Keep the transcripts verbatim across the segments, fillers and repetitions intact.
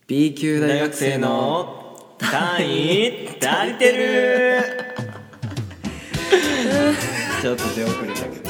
B 級大学生の単位足りてるちょっと手遅れたけど。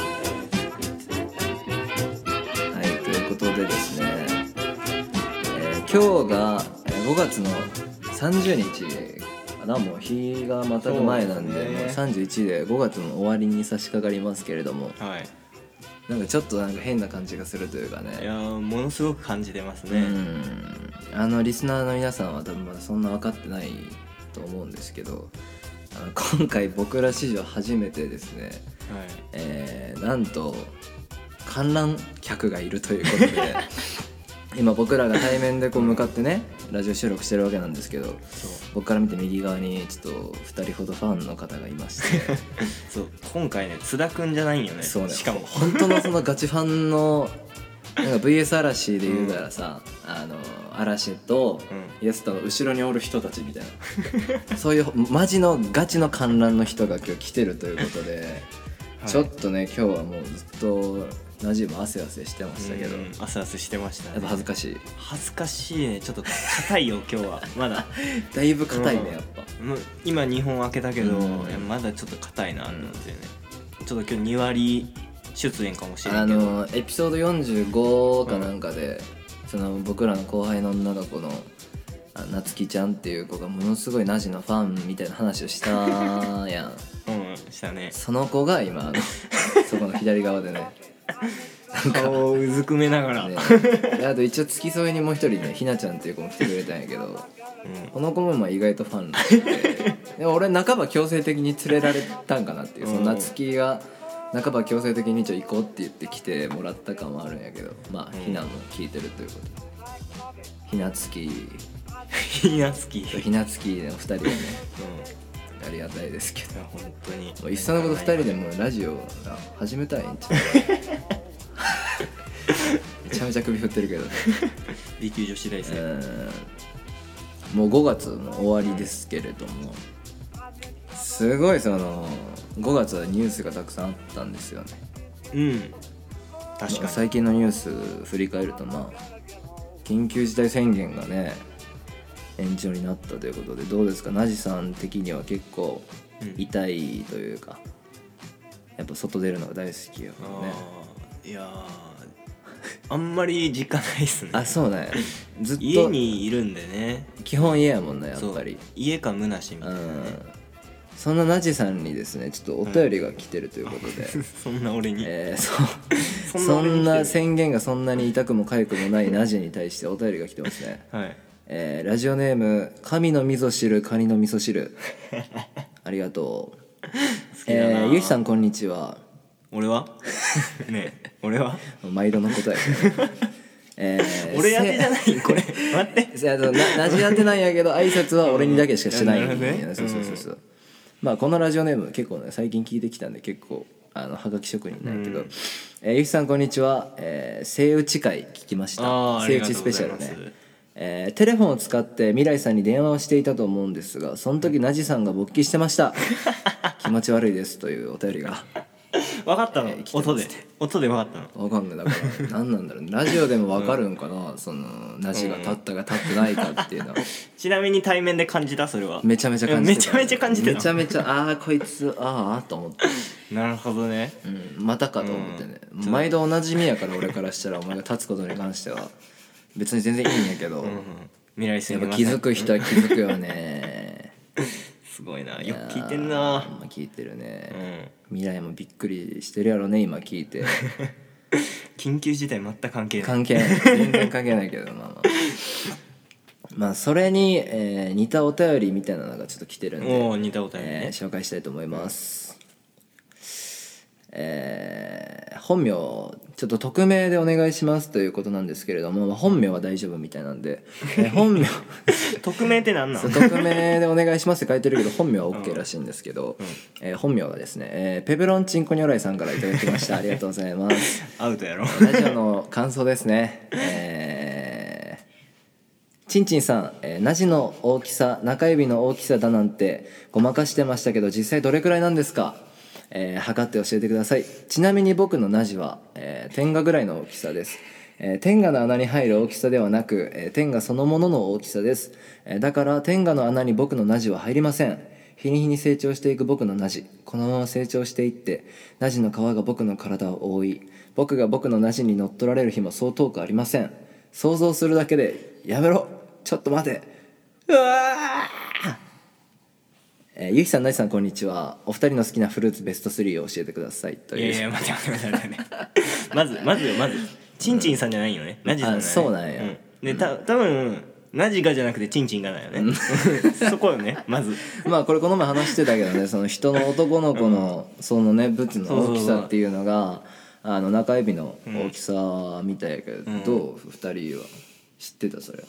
はい、ということでですね、えー、今日がごがつのさんじゅうにちかな。もう日がまたぐ前なん で, で、ね、もうさんじゅういちでごがつの終わりに差し掛かりますけれども、 はい、 なんかちょっとなんか変な感じがするというかね。 いやものすごく感じてますね。 うんあのリスナーの皆さんは多分まだそんな分かってないと思うんですけど、あの今回僕ら史上初めてですね、はいえー、なんと観覧客がいるということで今僕らが対面でこう向かってねラジオ収録してるわけなんですけど、僕から見て右側にちょっとふたりほどファンの方がいましてそう今回ね津田くんじゃないんよね。 そうね、 しかも本当のそのガチファンのなんか ブイエス 嵐で言うたらさ、うん、あの嵐とイエスとの後ろにおる人たちみたいなそういうマジのガチの観覧の人が今日来てるということで、はい、ちょっとね今日はもうずっとナジも汗汗してましたけど、 汗汗してましたね。 やっぱ恥ずかしい恥ずかしいね。ちょっと硬いよ今日はまだだいぶ硬いねやっぱ、 うん、今にほん開けたけど、うん、いやまだちょっと硬いなと思ってね、うん、ちょっと今日に割出演かもしれないけど、 あのエピソードよんじゅうごかなんかで、うん、その僕らの後輩の女の子のなつきちゃんっていう子がものすごいナジのファンみたいな話をしたやんうんしたね。 その子が今そこの左側でね顔をうずくめながら、ね、 あと一応付き添いにもう一人ねひなちゃんっていう子も来てくれたんやけど、うん、この子もまあ意外とファンでで俺半ば強制的に連れられたんかなっていう、そのなつきが半ば強制的に一応行こうって言って来てもらった感もあるんやけど、まあひなも聞いてるということで、ひなつきひなつきひなつきのふたりはね、うん、ありがたいですけど、 本当にもういっそのことふたりでもうラジオが始めたいんちゃうめちゃめちゃ首振ってるけどね B 級女子大生、 もうごがつの終わりですけれども、すごいそのごがつはニュースがたくさんあったんですよね。 うん確かに、 まあ、最近のニュース振り返ると、まあ緊急事態宣言がね延長になったということで、どうですかナジさん的には。結構痛いというか、うん、やっぱ外出るのが大好きよね。 あいやあんまり実感ないっすね。 あそうね、ずっと家にいるんでね。 基本家やもんねやっぱり。 家かむなしみたいなね、うん、 そんなナジさんにですねちょっとお便りが来てるということで、 うん、そんな俺に、 えー、そうそんな宣言がそんなに痛くも痒くもないナジに対してお便りが来てますね、 はいえー、ラジオネーム神の味噌汁カニの味噌汁ありがとう。 好きだな、 えー、ゆきさんこんにちは。 俺はねえ俺は毎度のことやけどえー、俺当てじゃないこれ待ってあのなナジ当てなんやけど挨拶は俺にだけしかしてない、うんね、そうそうそうそう、うん、まあこのラジオネーム結構ね最近聞いてきたんで結構あのはがき職人なんやけど、うんえー、ゆきさんこんにちは、えー、セイウチ会聞きました。セイウチスペシャルね。えー、テレフォンを使って未来さんに電話をしていたと思うんですが、その時ナジさんが勃起してました気持ち悪いですというお便りが分かったの、えー、音で音で分かったの。 分かんない。だから何なんだろうラジオでも分かるんかな、うん、そのナジが立ったか立ってないかっていうのは、うん、 ちなみに対面で感じたそれは。 めちゃめちゃ感じてた。めちゃめちゃ感じてた。 めちゃめちゃああこいつああと思ってなるほどね、 うん、またかと思ってね、うん、毎度おなじみやから俺からしたらお前が立つことに関しては別に全然いいんやけど、うんうん未来やっぱ気づく人は気づくよねすごいな、よく聞いてんな。 聞いてるね、うん、未来もびっくりしてるやろね今聞いて緊急事態全く関係ない関係ない全然関係ないけどまあまあまあそれに、えー、似たお便りみたいなのがちょっと来てるんで、 お似たお便り、ねえー、紹介したいと思います、えー、本名ちょっと匿名でお願いしますということなんですけれども、まあ、本名は大丈夫みたいなんで、えー、本名匿名って何なの匿名でお願いしますって書いてるけど本名は OK らしいんですけど、うんえー、本名はですね、えー、ペペロンチンコニョライさんからいただきましたありがとうございますアウトやろラジオの感想ですね、えー、チンチンさん、えー、ナジの大きさ中指の大きさだなんてごまかしてましたけど実際どれくらいなんですか。えー、測って教えてください。ちなみに僕のナジは、えー、天下ぐらいの大きさです。 えー天下の穴に入る大きさではなく、えー天下そのものの大きさです。えーだから天下の穴に僕のナジは入りません。日に日に成長していく僕のナジ、このまま成長していってナジの皮が僕の体を覆い、僕が僕のナジに乗っ取られる日もそう遠くありません。想像するだけでやめろ、ちょっと待て、うわー、えー、ゆきさん、なじさん、こんにちは。お二人の好きなフルーツベストスリーを教えてくださいという。 いやいや待って待って待って待ってまずまずよまずチンチンさんじゃないよね、ナジさんだね。 あ、そうなんや、 うん、でた多分ナジがじゃなくてチンチンがだよねそこよねまず。 まあこれこの前話してたけどね、その人の男の子のそのねブツの大きさっていうのがあの中指の大きさみたいやけど、ふたりは知ってた？それは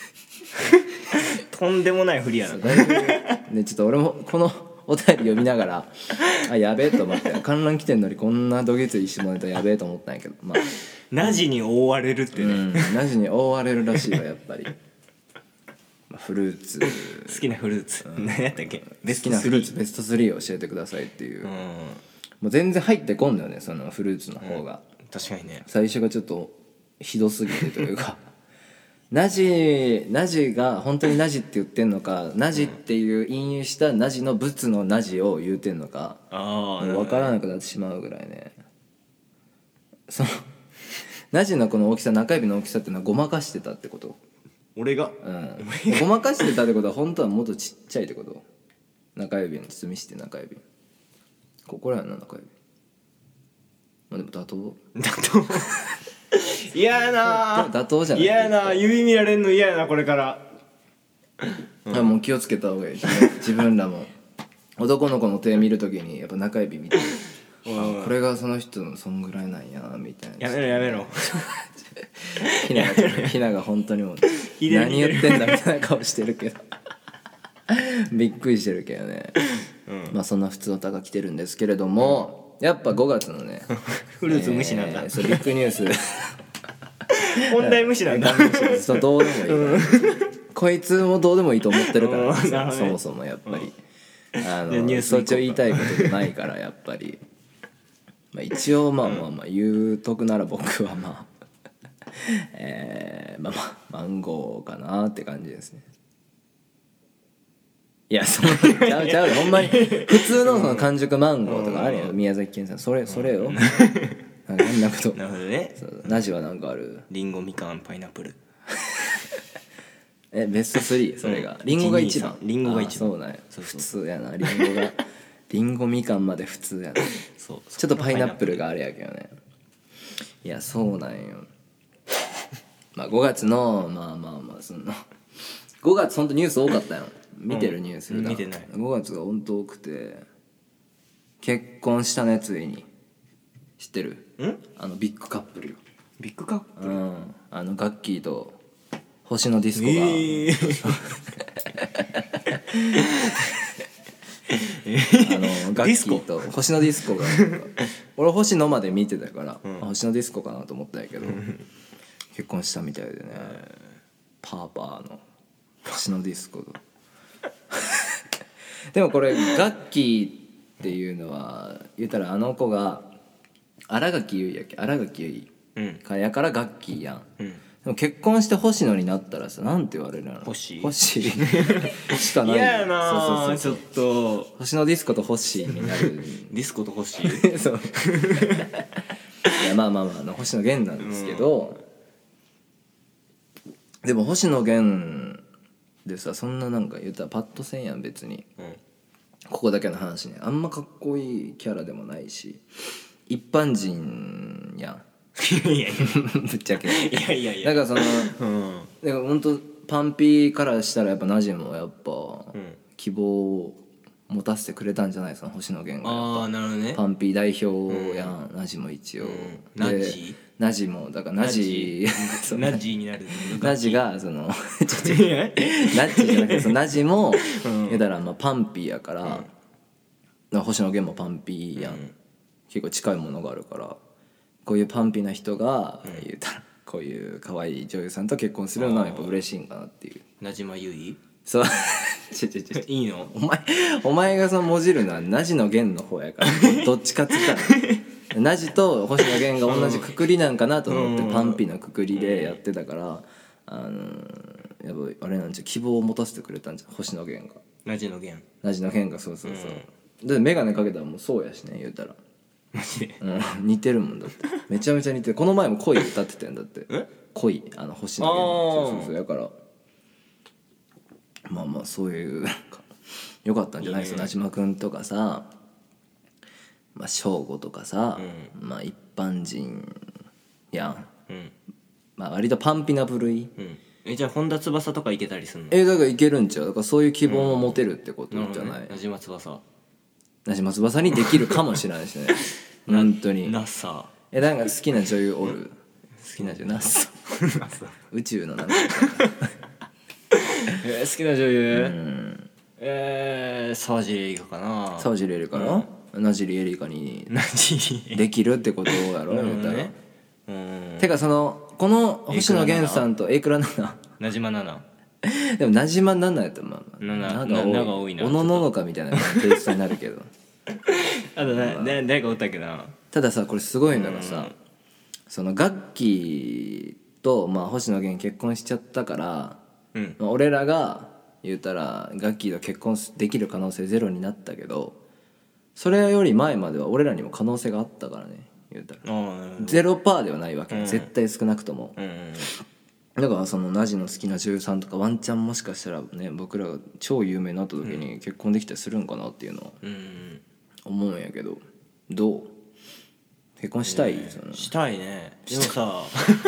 とんでもないふりやな。 だいぶね、ちょっと俺もこのお便り読みながらあ、やべえと思って、観覧来てんのにこんなどぎつい下ネタやべえと思ったんやけど、まあナジに覆われるってね、 うん、ナジに覆われるらしいわやっぱりまあフルーツ好きなフルーツ、うん、何やったっけ、 好きなフルーツベストスリーを教えてくださいっていう、 うん、 もう全然入ってこんのよね、そのフルーツの方が、 うん、確かにね。 最初がちょっとひどすぎてというかナジナジが本当にナジって言ってんのか、ナジっていう隠喩したナジのブツのナジを言うてんのか、 ああ、 もう分からなくなってしまうぐらいね。そのナジのこの大きさ、中指の大きさっていうのはごまかしてたってこと？ 俺が、 うん、ごまかしてたってことは本当はもっとちっちゃいってこと？中指の包みして中指ここらやんな、中指。まあでも妥当妥当嫌やな、 妥当じゃない？ 嫌やな、指見られんの嫌やなこれから、 うん、もう気をつけた方がいいしね自分らも男の子の手見るときにやっぱ中指見てあ、これがその人のそんぐらいなんやみたいな。 やめろやめろひながひなが本当にもう何言ってんだみたいな顔してるけどびっくりしてるけどね、うん、まあそんな普通の歌が来てるんですけれども、やっぱごがつのねフルーツ無視なんだ、 えー、そうビッグニュース本題無視なんだそうどうでもいいから、うん、こいつもどうでもいいと思ってるから、ね、そもそもやっぱり、うん、あのそっちを言いたいことじゃないからやっぱり、まあ、一応まあまあまあ言うとくなら僕はまあえー、まあまあマンゴーかなって感じですね。いやそのちゃうちゃうほんまに普通のその完熟マンゴーとかあるやん、宮崎県産、それそれよあんなこと。 なるほどね。 ナジはなんかある？ リンゴ、みかん、パイナップルえベストスリーそれが、うん、リンゴが一番。 リンゴが一番。 そうなんや。そうそう、普通やなリンゴがリンゴみかんまで普通やなそう、 ちょっとパイナップルがあれやけどね。いやそうなんよまあごがつのまあまあまあそのごがつほんとニュース多かったよ。見てるニュースが、うん、 見てない。 ごがつがほんと多くて、結婚したねついに。知ってる？ ん？ あのビッグカップルよ。 ビッグカップル？ うん、あのガッキーと星野ディスコが、えー、あのガッキーと星野ディスコが俺星野まで見てたから、うん、星野ディスコかなと思ったんやけど結婚したみたいでね、パーパーの星野ディスコとでもこれガッキーっていうのは言ったらあの子が新垣結衣やっけ、新垣結衣かやからガッキーやん、うん、でも結婚して星野になったらさ、なんて言われるの？ 星星しかない。 嫌やな。そうそうそう、ちょっと星野ディスコと星になるディスコと星そういやまあまあまあ、あの星野源なんですけど、うん、でも星野源でさ、そんななんか言ったらパッとせんやん別に、うん、ここだけの話ね、あんまかっこいいキャラでもないし一般人やんいやいやぶっちゃけいやいやいや、 だからその、うん、だから本当パンピーからしたらやっぱナジもやっぱ、うん、希望を持たせてくれたんじゃないですか、星野源が。 ああなるほどね。 パンピー代表やん、うん、ナジも一応、うん、 ナジナジもだからナジナジになるナジがそのナジじゃなくてそのナジも、うん、言うたらまあパンピーやから、うん、星野源もパンピーやん、うん、結構近いものがあるから、こういうパンピーな人が、うん、言うたらこういう可愛い女優さんと結婚するのはやっぱ嬉しいんかなっていう。 名島優衣？ そうちょちょちょいいの？ お前お前がそのもじるのはナジの源の方やからどっちかっつったらナジと星野源が同じくくりなんかなと思って、 うんパンピのくくりでやってたから、あのー、やっぱあれなんじゃ希望を持たせてくれたんじゃん星野源が。 ナジの源ナジの源がそうそうそう、うん、で眼鏡かけたらもうそうやしね言うたらマジで、 うん、似てるもんだってめちゃめちゃ似てる。この前も恋歌ってたんだって恋あの星野源そうそうそうやからまあまあそういうよかったんじゃないですか。なじまくんとかさまあ翔吾とかさ、うん、まあ一般人やん、うん、まあ割とパンピな部類、うん、 えじゃあ本田翼とかいけたりするの？ えだからいけるんちゃう。だからそういう希望も持てるってことじゃない。 なじま翼なじま翼にできるかもしれないしね本当にナッサえなんか好きな女優おる好きな女優ナッサ宇宙のなんかえー、好きな女優、うん、えー、沢尻エリカかな。 沢尻エリカの、うん、なじりエリカにできるってことやろ言うたら、ね、うんてかそのこの星野源さんとエイクラナナなじまななでもなじまななやったらまあまあなが多いなおのののかみたいなテイストになるけどあとな、まあ、誰かおったっけな。 たださこれすごいのがさ、うん、そのガッキーと、まあ、星野源結婚しちゃったから、うんまあ、俺らが言うたらガッキーと結婚できる可能性ゼロになったけどそれより前までは俺らにも可能性があったからね言うたらゼロパーセントではないわけ、うん、絶対少なくとも、うんうん、だからそのナジの好きな女優さんとかワンチャンもしかしたらね僕らが超有名になった時に結婚できたりするんかなっていうのは思うんやけどどう結婚したい、 ね、そのしたいね。でもさ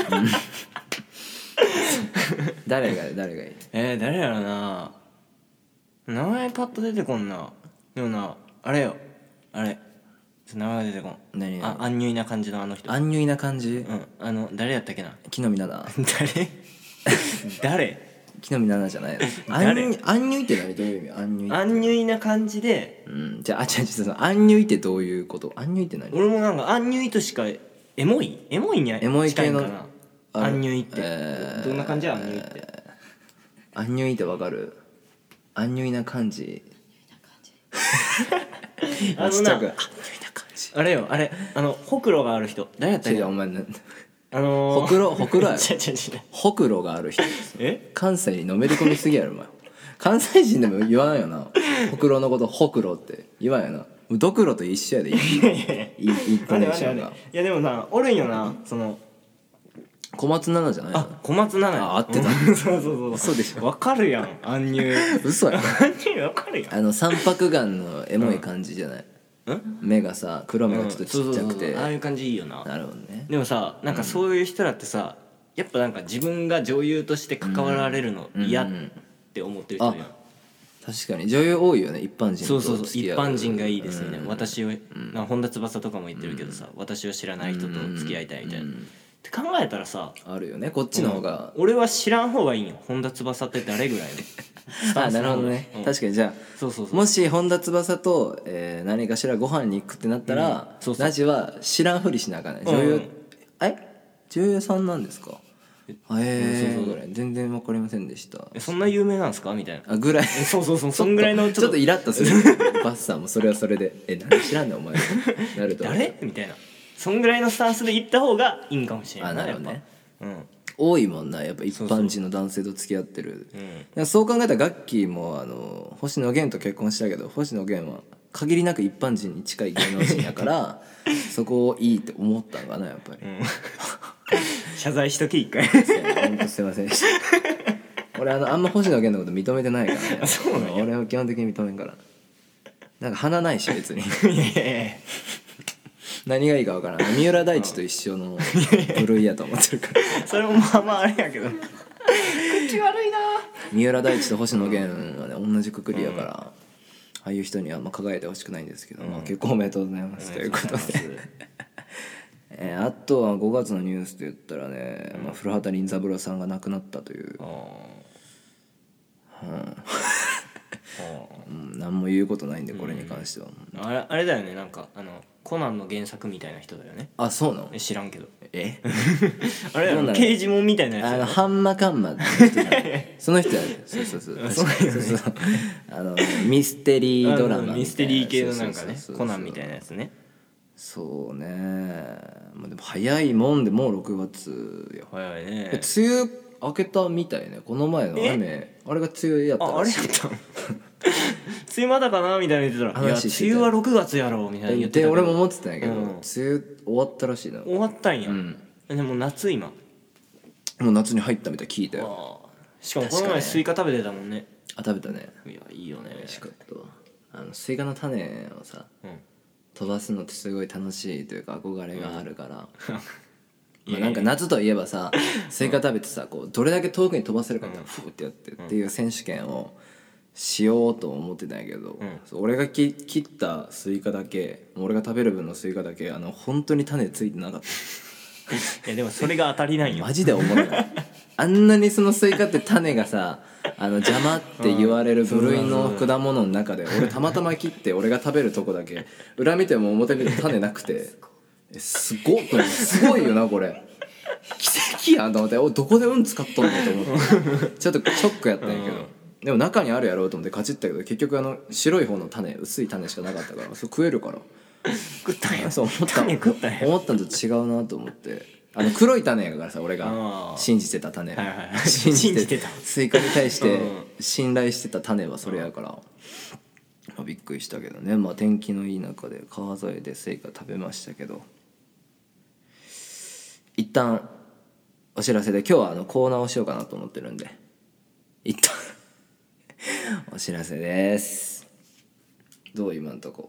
誰が誰がいいえー、誰やろな。名前パッと出てこんな。でもなあれよあれ名前が出てこん。 何あアンニュイな感じのあの人。 アンニュイな感じ。 うんあの誰やったっけな。 木の実奈々 誰誰木の実奈々じゃないアンアンニュイって何どういう意味。アンニュイアンニュイな感じで、 うん、じゃああ違う違うそのアンニュイってどういうこと。アンニュイって何。 俺もなんかアンニュイとしかエモいエモいにエモい系のアンニュイって、えー、どんな感じやアンニュイって。 アンニュイってわかる。アンニュイな感じあのなあれよあれあのほくろがある人誰やったっけ。 お前あのー、 ほくろほくろやろ違う違う違うほくろがある人え関西にのめり込みすぎやろお前。関西人でも言わないよなほくろのことほくろって言わんよな。ドクロと一緒やでいいイントネーションが。 いやでもなおるんよなその小松菜奈じゃないの。 あ小松菜奈あ合ってたそうそうそう嘘でしょ。 わかるやんアンニュイ嘘やろアンニュイわかるやん。 あの三白眼のエモい感じじゃない、 うん、 目がさ黒目がちょっとちっちゃくて、うん、 ああいう感じいいよな。 なるほどね。 でもさなんかそういう人らってさ、うん、やっぱなんか自分が女優として関わられるの嫌って思ってる人やん、うんうん、 確かに女優多いよね一般人と付き合う。 そうそうそう一般人がいいですね、うん、私を、うん、本田翼とかも言ってるけどさ、うん、私を知らない人と付き合いたいみたいな、うんうんって考えたらさあるよねこっちの方が、 うん、俺は知らん方がいいよ本田翼って誰ぐらいのあなるほどね、うん、確かにじゃあそうそうそうもし本田翼と、えー、何かしらご飯に行くってなったら、うん、そうそうナジは知らんふりしなあかんね。女優、うん、え女優さんなんですか。ええー、そうそう全然わかりませんでした。 えそんな有名なんですかみたいなあぐらいそうそうそうそんぐらいのちょっとイラッとするバッサーもそれはそれでえ何知らんねんお前なると誰みたいなそんぐらいのスタンスで行った方がいいんかもしれない。 あなるほどね、うん、多いもんなやっぱ一般人の男性と付き合ってる。そうそう、そう考えたらガッキーもあの星野源と結婚したけど星野源は限りなく一般人に近い芸能人やからそこをいいって思ったんかなやっぱり、うん、 謝罪しとき一回本当すいませんでした俺あのあんま星野源のこと認めてないからね。 そうなんや。 俺は基本的に認めんからなんか鼻ないし別にいやいやいや何がいいか分からん。三浦大知と一緒の部類やと思ってるからそれもまあまああれやけど口悪いな。 三浦大知と星野源はね同じくくりやから、うん、ああいう人にはあんま輝いてほしくないんですけど、うんまあ、結構おめでとうございますということでえー、あとはごがつのニュースで言ったらね、うんまあ、古畑任三郎さんが亡くなったという、うん、何も言うことないんでこれに関しては、 うん、あれ、あれだよねなんかあのコナンの原作みたいな人だよね。 あそうなの知らんけどえあれだよ刑事門みたいなやつ。 あのハンマカンマって人だその人やね。そうそうそうそうそうそうあのミステリードラマミステリー系のなんかねコナンみたいなやつね。 そうね、まあ、でも早いもんでもうろくがつよ。 早いね。 梅雨明けたみたいね、この前の雨あれが梅雨やったああらしい。 れやったの梅雨まだかなみたいな言ってたら、いや話してた梅雨はろくがつやろみたいな言ってたけど、 で俺も思ってたんやけど、 うん梅雨終わったらしいな。 終わったんや、 うんでも夏今もう夏に入ったみたい聞いたよ。 あーしかもこの前スイカ食べてたもんね。 あ食べたね。 いやいいよね。 美味しかったわ。あのスイカの種をさうん飛ばすのってすごい楽しいというか憧れがあるから、 いやまあ、なんか夏といえばさスイカ食べてさこうどれだけ遠くに飛ばせるかってうんフーってやってっていう選手権をしようと思ってたんやけど、 んそう俺がき切ったスイカだけ俺が食べる分のスイカだけあの本当に種ついてなかっいやでもそれが当たりなんよ。 たマジで思わないあんなにそのスイカって種がさあの邪魔って言われる部類の果物の中で俺たまたま切って俺が食べるとこだけ裏見ても表見ても種なくてえすごっと思ってすごいよなこれ奇跡やんと思っておどこで運使っとんのと思ってちょっとショックやったんやけど、でも中にあるやろうと思ってかじったけど結局あの白い方の種薄い種しかなかったからそれ食えるから食ったんや。 そう思った種食ったんや。 思ったのと違うなと思ってあの黒い種やからさ俺があー信じてた種、 はいはいはい信じて信じてたスイカに対してうん信頼してた種はそれやから、まあ、びっくりしたけどね。まあ天気のいい中で川沿いでスイカ食べましたけど、一旦お知らせで今日はあのコーナーをしようかなと思ってるんで一旦お知らせです。どう今んとこ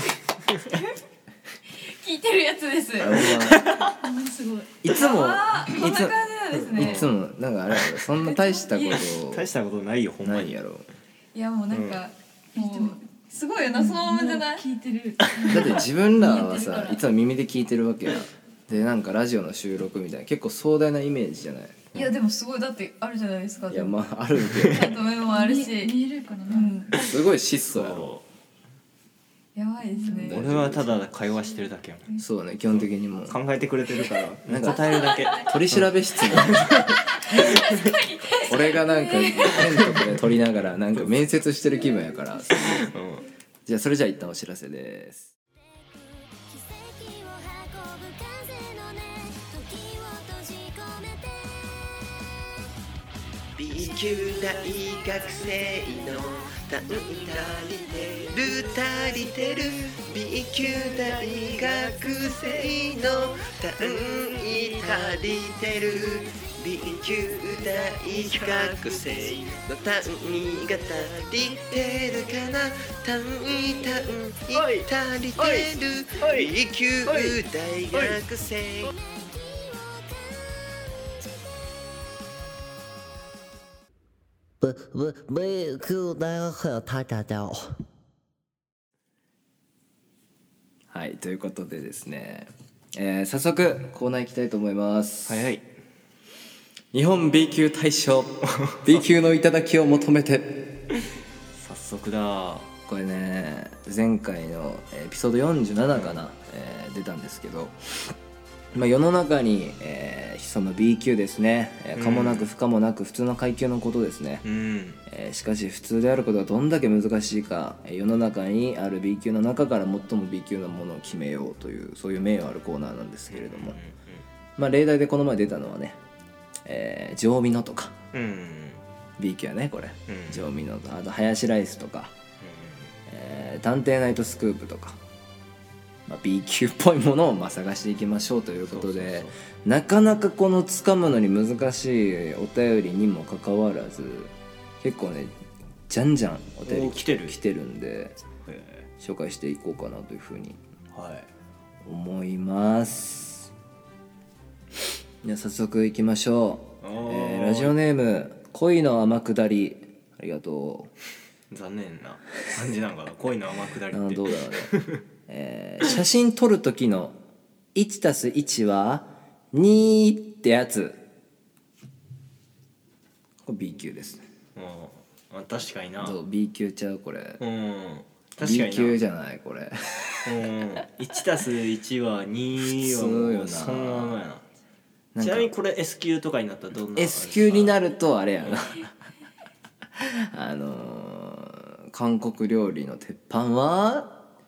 聞いてるやつです。 あほんますごい。 いつもあーこんな感じなんですね。 いつもなんかあれやろそんな大したこと大したことないよほんまに。 ないやろ。 いやもうなんか、もうすごいよなそのままじゃない。聞いてる。 だって自分らはさいつも耳で聞いてるわけやでなんかラジオの収録みたいな結構壮大なイメージじゃない。 いやでもすごいだってあるじゃないですか。 いやまああるけどちゃんとメモもあるし。 見えるかな、 うん。 すごい質素やろ。 そやばいですね。 う俺はただ会話してるだけやもん。 そうね基本的にもう考えてくれてるからなんか答えるだけ。 取り調べ室の俺がなんかペンとかで取りながらなんか面接してる気分やから。 うんじゃあそれじゃあ一旦お知らせです。 奇跡を運ぶ風の音時を閉じ込めて B 級大学生の単位足りてる足りてる B 級大学生の単位足りてる B 級大学生の単位が足りてるかな単位単位足りてる B 級大学生不不不，就那个很太大掉。 はいということでですね、えー、早速コーナー行きたいと思います。 はいはい日本 B 級大賞B 級の頂を求めて早速だ。 これね前回のエピソードよんじゅうななかな、えー出たんですけど、まあ、世の中に、えー、その B 級ですね、えー可もなく不可もなく普通の階級のことですね、 うんえーしかし普通であることがどんだけ難しいか、えー世の中にある B 級の中から最も B 級なものを決めようというそういう名誉あるコーナーなんですけれども、まあ例題でこの前出たのはね、えー、上ミノとかうんうん B 級やねこれ、 うん上ミノとあとハヤシライスとか、えー探偵ナイトスクープとか、まあ、B 級っぽいものをまあ探していきましょうということで、 そうそうそなかなかこの掴むのに難しいお便りにもかかわらず結構ねじゃんじゃんお便りおー来てる来てるんでへ紹介していこうかなというふうにーはい思います。じゃあ早速いきましょう、 おーえーラジオネーム恋の天下りありがとう。 残念な感じなんかな恋の天下りってあどうだろうね、えー写真撮る時の いちたすいち はにってやつこれ B 級ですね。 うんあ確かになどう B 級ちゃうこれ、 うん確かに B な級じゃないこれうんいちたすいちはには普通よなもうそのままやな。 なんかちなみにこれ S 級とかになったらどんな S 級になるとあれやなあのー韓国料理の鉄板は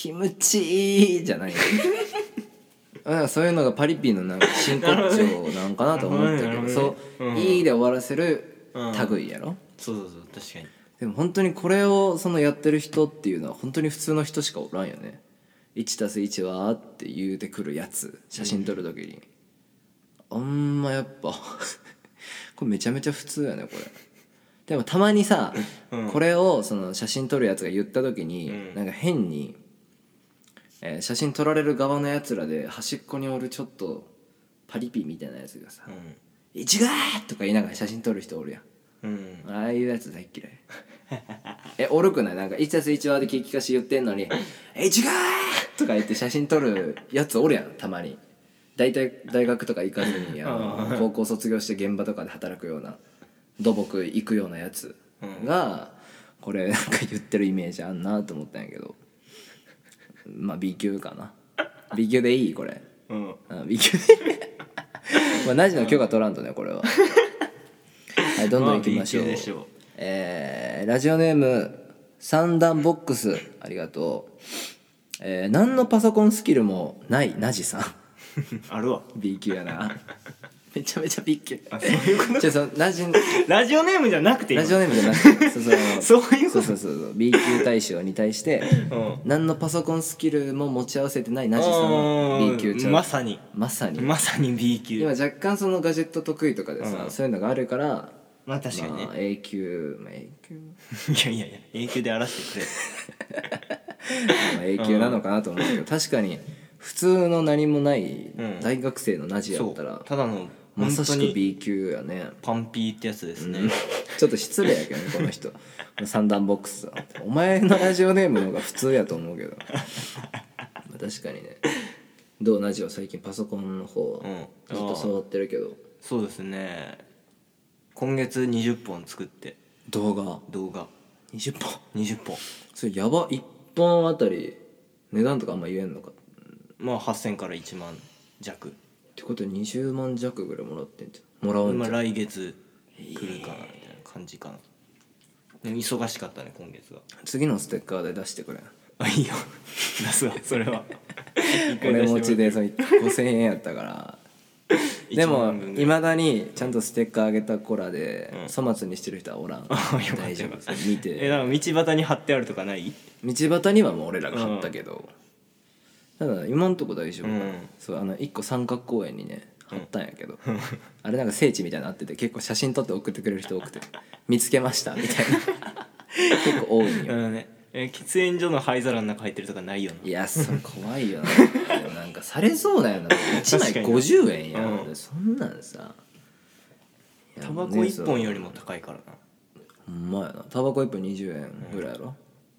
キムチじゃないなんかそういうのがパリピのなんか真骨頂なんかなと思ったけど、そう、うん、いいで終わらせる類やろ、うん、 そうそうそう確かに。 でも本当にこれをそのやってる人っていうのは本当に普通の人しかおらんよね。いちたすいちはって言うてくるやつ、写真撮る時に、うん、あんまやっぱこれめちゃめちゃ普通やねこれ。でもたまにさ、うん、これをその写真撮るやつが言った時に、うん、なんか変に、えー、写真撮られる側のやつらで端っこにおるちょっとパリピみたいなやつがさ「うん、いちがー!」とか言いながら写真撮る人おるやん、うん、ああいうやつ大っ嫌いえおるくない？なんかいちたすいちはで聞きかし言ってんのに「えいちがー!」とか言って写真撮るやつおるやんたまに。大体大学とか行かずにあの高校卒業して現場とかで働くような土木行くようなやつがこれなんか言ってるイメージあんなと思ったんやけど、まあ B 級かな。 B 級でいいこれ、うん、あ B 級でまあナジの許可取らんとねこれははいどんどん行きましょう、まあ、B 級でしょう。えー、ラジオネーム三段ボックスありがとう、えー、何のパソコンスキルもないナジさんあるわ B 級やなめちゃめちゃ B 級。 あそういうこと。 じゃそのラジラジオネームじゃなくていいラジオネームじゃなくてそうそうそういうこと。 そうそうそう B 級大賞に対して、うん、何のパソコンスキルも持ち合わせてないナジさん B 級ちゃう。 まさにまさにまさに B 級。 今若干そのガジェット得意とかでさ、うん、そういうのがあるからまあ確かにね、 まあ、A 級、まあ、A 級いやいやいや A 級で荒らしてくれまあ A 級なのかなと思うけど、確かに普通の何もない大学生のナジやったら、 うん、ただのまさしく B 級やね。 パンピーってやつですね、 うん、ちょっと失礼やけどねこの人三段ボックスさお前のラジオネームの方が普通やと思うけどまあ確かにね。どうナジは最近パソコンの方はずっと触ってるけど、うん、 そうですね今月にじゅっぽん作って動画動画にじゅっぽんにじゅっぽんそれやば。いっぽんあたり値段とかあんま言えんのか。 まあはっせんからいちまん弱ってことはにじゅうまん弱ぐらいもらってんじゃん。もらうんじゃん、 まあ、来月来るかなみたいな感じかな。でも忙しかったね今月は。 次のステッカーで出してくれ。 あいいよ出すわそれは俺持ちでそれごせんえんやったからでもいまだにちゃんとステッカーあげた子らで、うん、粗末にしてる人はおらん。大丈夫見て。 えなんか道端に貼ってあるとかない？ 道端にはもう俺らが貼ったけど、うん、ただ今んとこ大丈夫、うん、そうあのいっこ三角公園にね貼ったんやけど、うん、あれなんか聖地みたいになってて結構写真撮って送ってくれる人多くて見つけましたみたいな結構多いんよ、 うんね、え喫煙所の灰皿の中入ってるとかないよな。 いやそれ怖いよなでもなんかされそうだよな。いちまいごじゅうえんやん、うん、そんなんさタバコいっぽんよりも高いからな。 ほんまやな。タバコいっぽんにじゅうえんぐらいやろ、うん、いや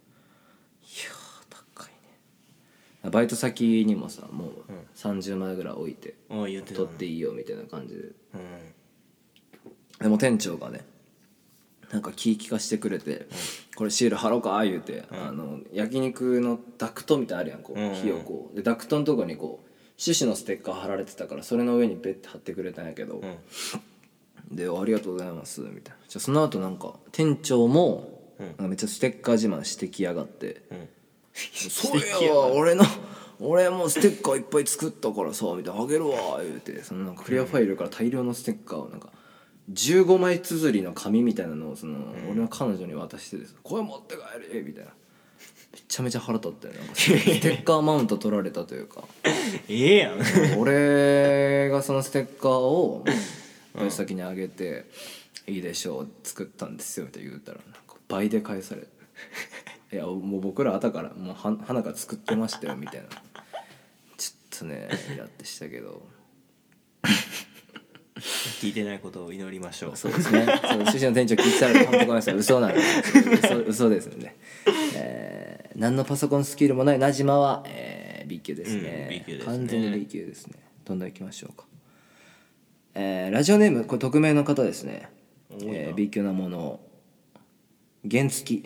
高いね。バイト先にもさもうさんじゅうまいぐらい置いて、うん、取っていいよみたいな感じで、うん、でも店長がねなんか気利かしてくれて、うん、これシール貼ろうか言うて、うん、あの焼肉のダクトみたいなのあるやんこう、うんうん、火をこうでダクトのとこにこう種子のステッカー貼られてたからそれの上にベッて貼ってくれたんやけど、うん、でありがとうございますみたいな。じゃあその後なんか店長もなんかめっちゃステッカー自慢してきやがって、うん、そういや俺の俺もステッカーいっぱい作ったからさみたいなあげるわ言うて、そのなんかクリアファイルから大量のステッカーをなんかじゅうごまい綴りの紙みたいなのをその、うん、俺の彼女に渡してですこれ持って帰れみたいな。めちゃめちゃ腹立ったよ。なんかステッカーマウント取られたというかええやん俺がそのステッカーをバイト先にあげて、うん、いいでしょう作ったんですよって言うたらなんか倍で返されるいやもう僕ら後からもうは花から作ってましたよみたいな。ちょっとねイラってしたけど聞いてないことを祈りましょう。 そうですね。そう趣旨の店長聞いてたら本当ごめんなさい嘘なんで嘘嘘ですんで、えー、何のパソコンスキルもないナジマは、えー、B 級ですね、うん、B 級ですね。完全に B 級ですね。どんどんいきましょうか。えー、ラジオネームこれ匿名の方ですね、えー、B 級なもの原付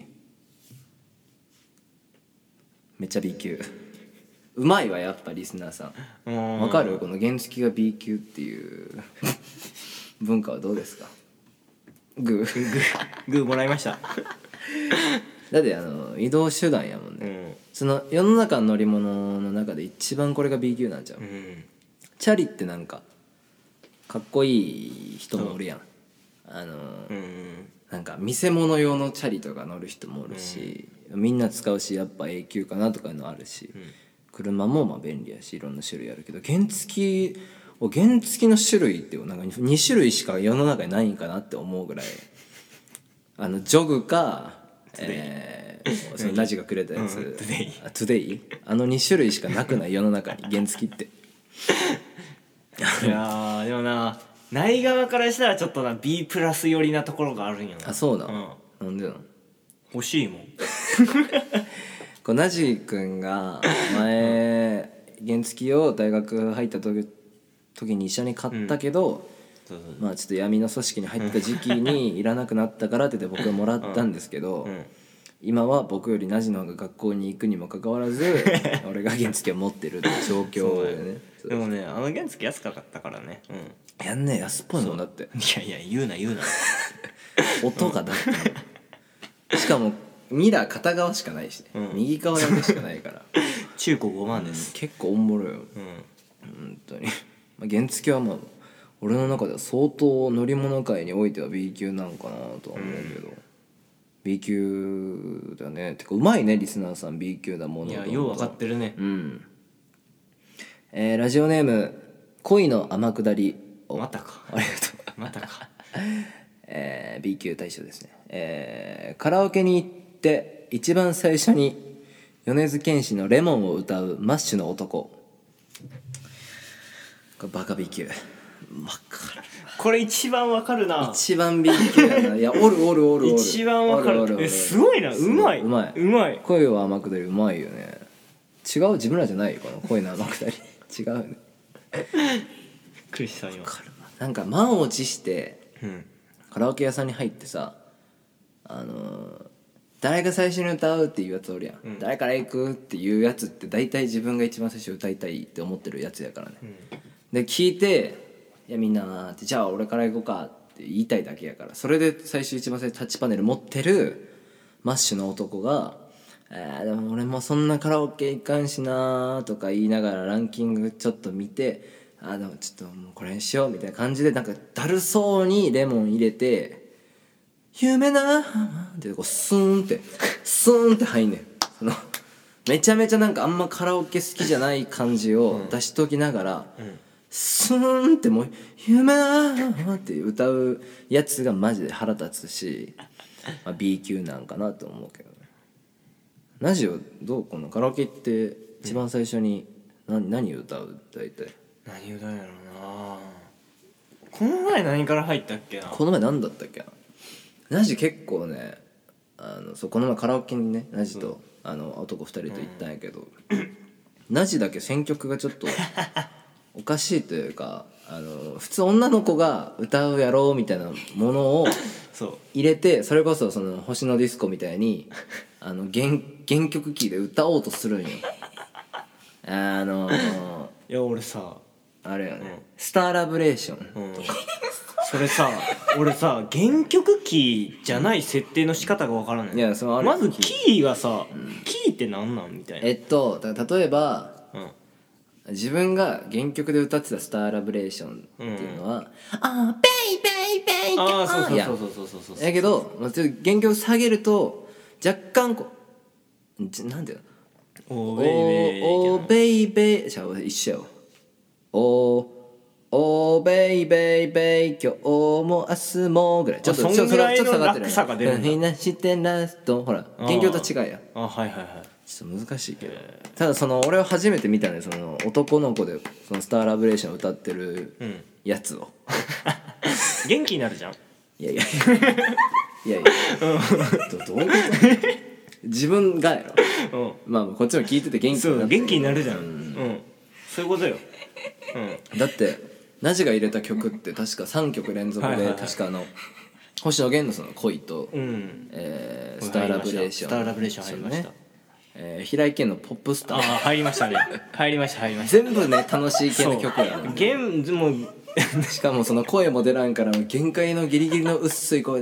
めっちゃ B 級うまいわやっぱリスナーさんわかる？この原付が B 級っていう文化はどうですか？グーグーグーもらいましただってあの移動手段やもんね、うん、 その世の中の乗り物の中で一番これが B 級なんちゃう、 うん、 チャリってなんかかっこいい人もおるやん、あの、うん、なんか見せ物用のチャリとか乗る人もおるし、うん、みんな使うしやっぱ A 級かなとかいうのあるし、うん、車もまあ便利やしいろんな種類あるけど、原付原付の種類ってなんかに種類しか世の中にないんかなって思うぐらい、あのジョグか、えー、そのナジがくれたやつ、うん、トゥデイあトゥデイあのに種類しかなくない世の中に原付っていやでもな、ない側からしたらちょっとな B プラス寄りなところがあるんやな。 あ、そうな、うん、なんでなの？ 欲しいもんこうナジ君が前原付を大学入った時時に一緒に買ったけど、うん、まあちょっと闇の組織に入った時期にいらなくなったからって言って僕がもらったんですけど、うんうん、今は僕よりナジの方が学校に行くにもかかわらず俺が原付を持ってるって状況でねでもね、あの原付安かったからね、 うん、やんねえ安っぽいもんだって。いやいや言うな言うな音がだってしかもミラー片側しかないしね、うん、右側だけしかないから中古ごまんです、 うん、結構おもろいよ、うん、本当に原付はまあ俺の中では相当乗り物界においては B 級なんかなとは思うけど、うん、B 級だね。てかうまいねリスナーさん B 級だもの。 いやよう分かってるね。 うん、えー、ラジオネーム恋の天下り。 またか。 ありがとう。 またか。 えー、B 級大賞ですね。えー、カラオケに行って一番最初に米津玄師のレモンを歌うマッシュの男。これバカ B 級。わかる。 これ一番わかるな。 一番 B 級やな。いやおるおるおるおる。 一番わかる。えすごいな。うまい。 うまい。 うまい。 恋は天下りうまいよね。違う自分らじゃないよこの恋の天下り。違うね。 クリスさんよ。 なんか満を持して、 うん、 カラオケ屋さんに入ってさ、あのー、誰が最初に歌うっていうやつおるやん、うん、誰から行くっていうやつって大体自分が一番最初歌いたいって思ってるやつやからね、うん、で聞いていやみんなってじゃあ俺から行こうかって言いたいだけやから、それで最初一番最初タッチパネル持ってるマッシュの男がえー、でも俺もそんなカラオケ行かんしなとか言いながらランキングちょっと見て、あでもちょっともうこれにしようみたいな感じでなんかだるそうにレモン入れて夢なってこうスーンってスーンって入んねん。そのめちゃめちゃなんかあんまカラオケ好きじゃない感じを出しときながら、うんうん、スーンってもう夢なって歌うやつがマジで腹立つし、まあ、B 級なんかなと思うけどね。ラジオどうこのカラオケって一番最初に 何, 何歌う大体何歌うんやろうな。この前何から入ったっけな。 この前何だったっけな。ナジ結構ねあのそうこの前カラオケにねナジと、うん、あの男ふたりと行ったんやけど、うん、ナジだけ選曲がちょっとおかしいというかあの普通女の子が歌うやろうみたいなものを入れてそれこそその星のディスコみたいにあの 原, 原曲キーで歌おうとするんよ。あのー、 いや俺さあれよね、うん、スターラブレーションとか、うん、 それさ俺さ原曲キーじゃない設定の仕方がわからない。いやそのあれまずキーがさ、うん、キーってなんなんみたいな。 えっとだ例えば、うん自分が原曲で歌ってたスターラブレーションっていうのは、うん、あーベイベイベイあーそうそうそうそうそうそうやけど原曲下げると若干こうなんていうのおーベイベイおーベイベイじゃあ一緒よおーおーベイベイベイ今日も明日もぐらいちょっとそんぐらいの落差が出るんだ。 みんなしてラストほら原曲と違いやあはいはいはいちょっと難しいけど、ただその俺は初めて見たねその男の子でそのスターラブレーション歌ってるやつを、 うん、元気になるじゃん。 いやいやいやいや、うん、ど, どういうこと自分がやろ、うん、まあこっちも聞いてて元気になる元気になるじゃん、うんうん、そういうことよ、 うん、だってナジが入れた曲って確かさんきょく連続で、はいはいはい、確かあの星野源のその恋と、うんえー、スターラブレーションスターラブレーション入りました、 えー、平井堅のポップスターあ入りましたね入りました入りました全部ね楽しい系の曲やねんもうしかもその声も出らんから限界のギリギリの薄い声で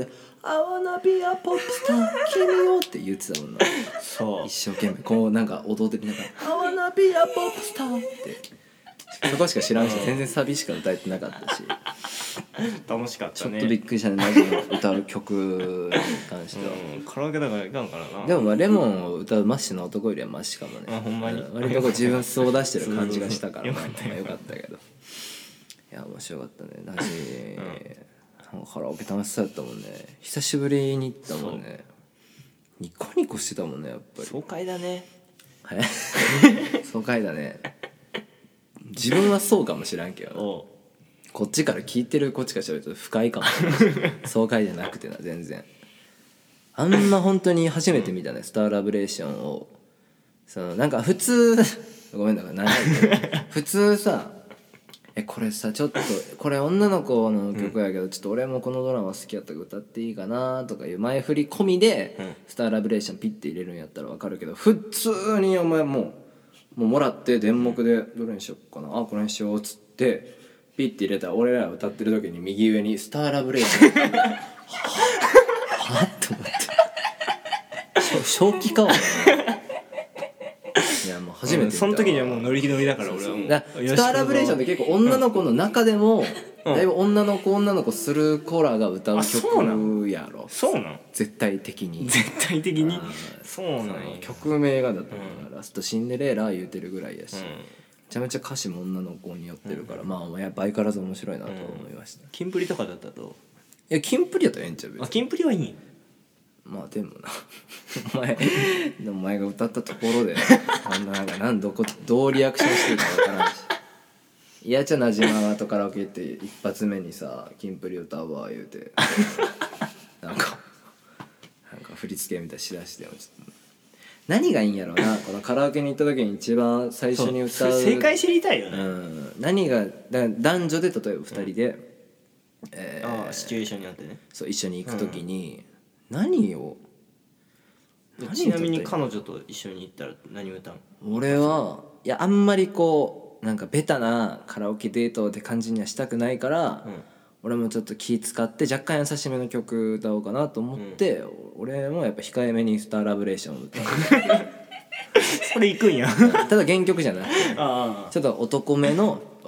I wanna be a pop star 君をって言ってたもんな。 そう一生懸命こうなんか踊ってみながら I wanna be a pop star ってそこしか知らんし、全然サビしか歌えてなかったし楽しかったね。 ちょっとびっくりしたね、ナジの歌う曲に関しては、 うん、カラオケだからいかんからな。 でもまあレモンを歌うマッシュの男よりはマシかもね。 あほんまにうん割とこう自分素を出してる感じがしたからよかったよまあよかったけど、いや面白かったねナジ、うん、カラオケ楽しそうやったもんね。久しぶりに行ったもんね。ニコニコしてたもんねやっぱり。 爽快だね。 え爽快だね。自分はそうかもしらんけどな、 おうこっちから聞いてるこっちから喋ると不快かも爽快じゃなくてな全然。あんま本当に初めて見たねスターラブレーションを。そのなんか普通ごめんだから長いけど普通さえこれさちょっとこれ女の子の曲やけどちょっと俺もこのドラマ好きやったから歌っていいかなとかいう前振り込みでスターラブレーションピッて入れるんやったら分かるけど、普通にお前もうもうもらって電目でどれにしよっかなあこれにしようっつってピッて入れたら俺らが歌ってる時に右上にスターラブレーションははっと思って正気かお前いやもう初めて見た、 うん、その時にはもう乗り気乗りだから俺はもうだスターラブレーションって結構女の子の中でも、うん、だいぶ女の子女の子する子らが歌う曲やろ。 そうなん絶対的に絶対的にそうなんや。 曲名がだったから、うん、ラストシンデレラ言うてるぐらいやし、うん、めちゃめちゃ歌詞も女の子に寄ってるから、うん、まあやっぱ相変わらず面白いなと思いました、うん、 キンプリとかだったといやキンプリやったらええんちゃう。 あキンプリはいい。 まあでもなお前お前が歌ったところであんななんか何どこどうリアクションしてるか分からんしいやじゃあなじまがとカラオケ行って一発目にさキンプリ歌うわ言うてなんかなんか振り付けみたいしだしてもちょっと何がいいんやろうなこのカラオケに行った時に一番最初に歌う正解知りたいよね、 うん、何がだから男女で例えばふたりで、うんえー、あシチュエーションにあってねそう一緒に行く時に、うん何をちなみに彼女と一緒に行ったら何歌うの？ 俺はいやあんまりこうなんかベタなカラオケデートって感じにはしたくないから、うん、俺もちょっと気使って若干優しめの曲歌おうかなと思って、うん、俺もやっぱ控えめにスターラブレーションを歌うそれ行くんやただ原曲じゃなくてあちょっと男めの「Oh